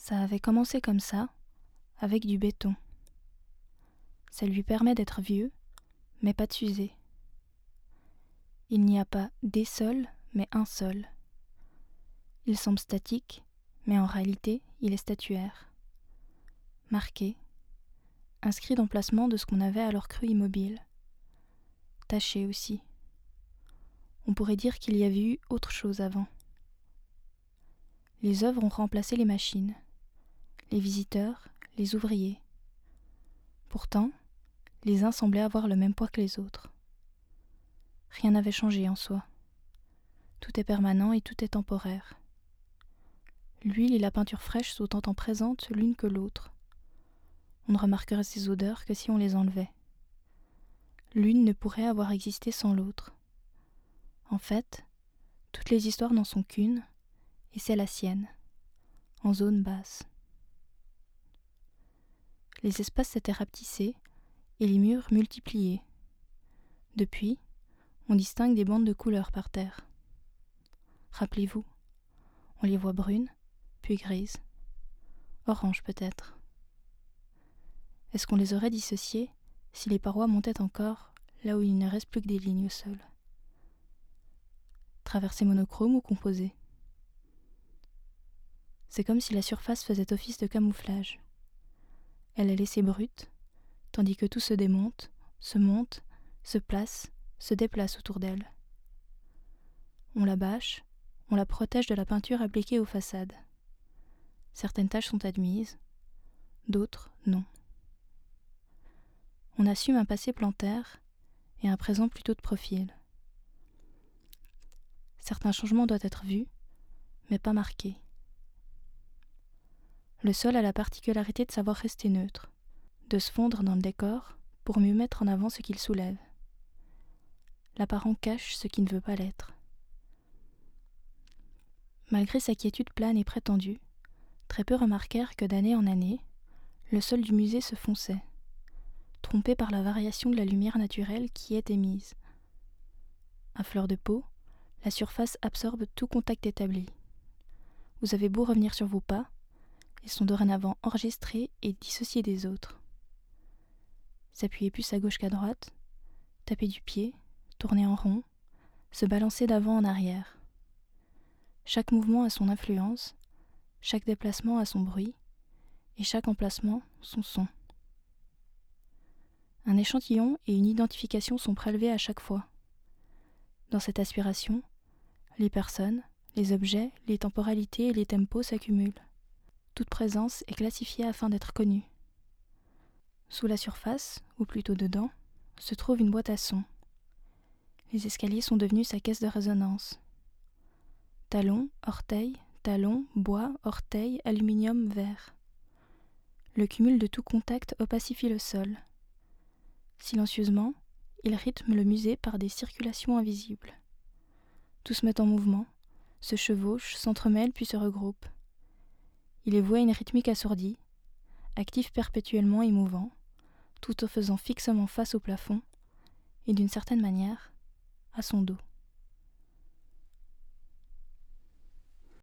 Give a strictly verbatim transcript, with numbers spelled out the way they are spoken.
Ça avait commencé comme ça, avec du béton. Ça lui permet d'être vieux, mais pas de s'user. Il n'y a pas des sols, mais un sol. Il semble statique, mais en réalité, il est statuaire. Marqué, inscrit d'emplacement de ce qu'on avait alors cru immobile. Taché aussi. On pourrait dire qu'il y avait eu autre chose avant. Les œuvres ont remplacé les machines, les visiteurs, les ouvriers. Pourtant, les uns semblaient avoir le même poids que les autres. Rien n'avait changé en soi. Tout est permanent et tout est temporaire. L'huile et la peinture fraîche sont autant présentes l'une que l'autre. On ne remarquerait ces odeurs que si on les enlevait. L'une ne pourrait avoir existé sans l'autre. En fait, toutes les histoires n'en sont qu'une, et c'est la sienne, en zone basse. Les espaces s'étaient rapetissés et les murs multipliés. Depuis, on distingue des bandes de couleurs par terre. Rappelez-vous, on les voit brunes, puis grises, orange peut-être. Est-ce qu'on les aurait dissociées si les parois montaient encore là où il ne reste plus que des lignes au sol? Traversées monochrome ou composées? C'est comme si la surface faisait office de camouflage. Elle est laissée brute, tandis que tout se démonte, se monte, se place, se déplace autour d'elle. On la bâche, on la protège de la peinture appliquée aux façades. Certaines taches sont admises, d'autres non. On assume un passé plantaire et un présent plutôt de profil. Certains changements doivent être vus, mais pas marqués. Le sol a la particularité de savoir rester neutre, de se fondre dans le décor pour mieux mettre en avant ce qu'il soulève. L'apparent cache ce qui ne veut pas l'être. Malgré sa quiétude plane et prétendue, très peu remarquèrent que d'année en année, le sol du musée se fonçait, trompé par la variation de la lumière naturelle qui y est émise. À fleur de peau, la surface absorbe tout contact établi. Vous avez beau revenir sur vos pas, ils sont dorénavant enregistrés et dissociés des autres. S'appuyer plus à gauche qu'à droite, taper du pied, tourner en rond, se balancer d'avant en arrière. Chaque mouvement a son influence, chaque déplacement a son bruit, et chaque emplacement son son. Un échantillon et une identification sont prélevés à chaque fois. Dans cette aspiration, les personnes, les objets, les temporalités et les tempos s'accumulent. Toute présence est classifiée afin d'être connue. Sous la surface, ou plutôt dedans, se trouve une boîte à sons. Les escaliers sont devenus sa caisse de résonance. Talons, orteils, talons, bois, orteils, aluminium, verre. Le cumul de tout contact opacifie le sol. Silencieusement, il rythme le musée par des circulations invisibles. Tout se met en mouvement, se chevauche, s'entremêle puis se regroupe. Il est voué à une rythmique assourdie, actif perpétuellement et mouvant, tout en faisant fixement face au plafond, et d'une certaine manière, à son dos.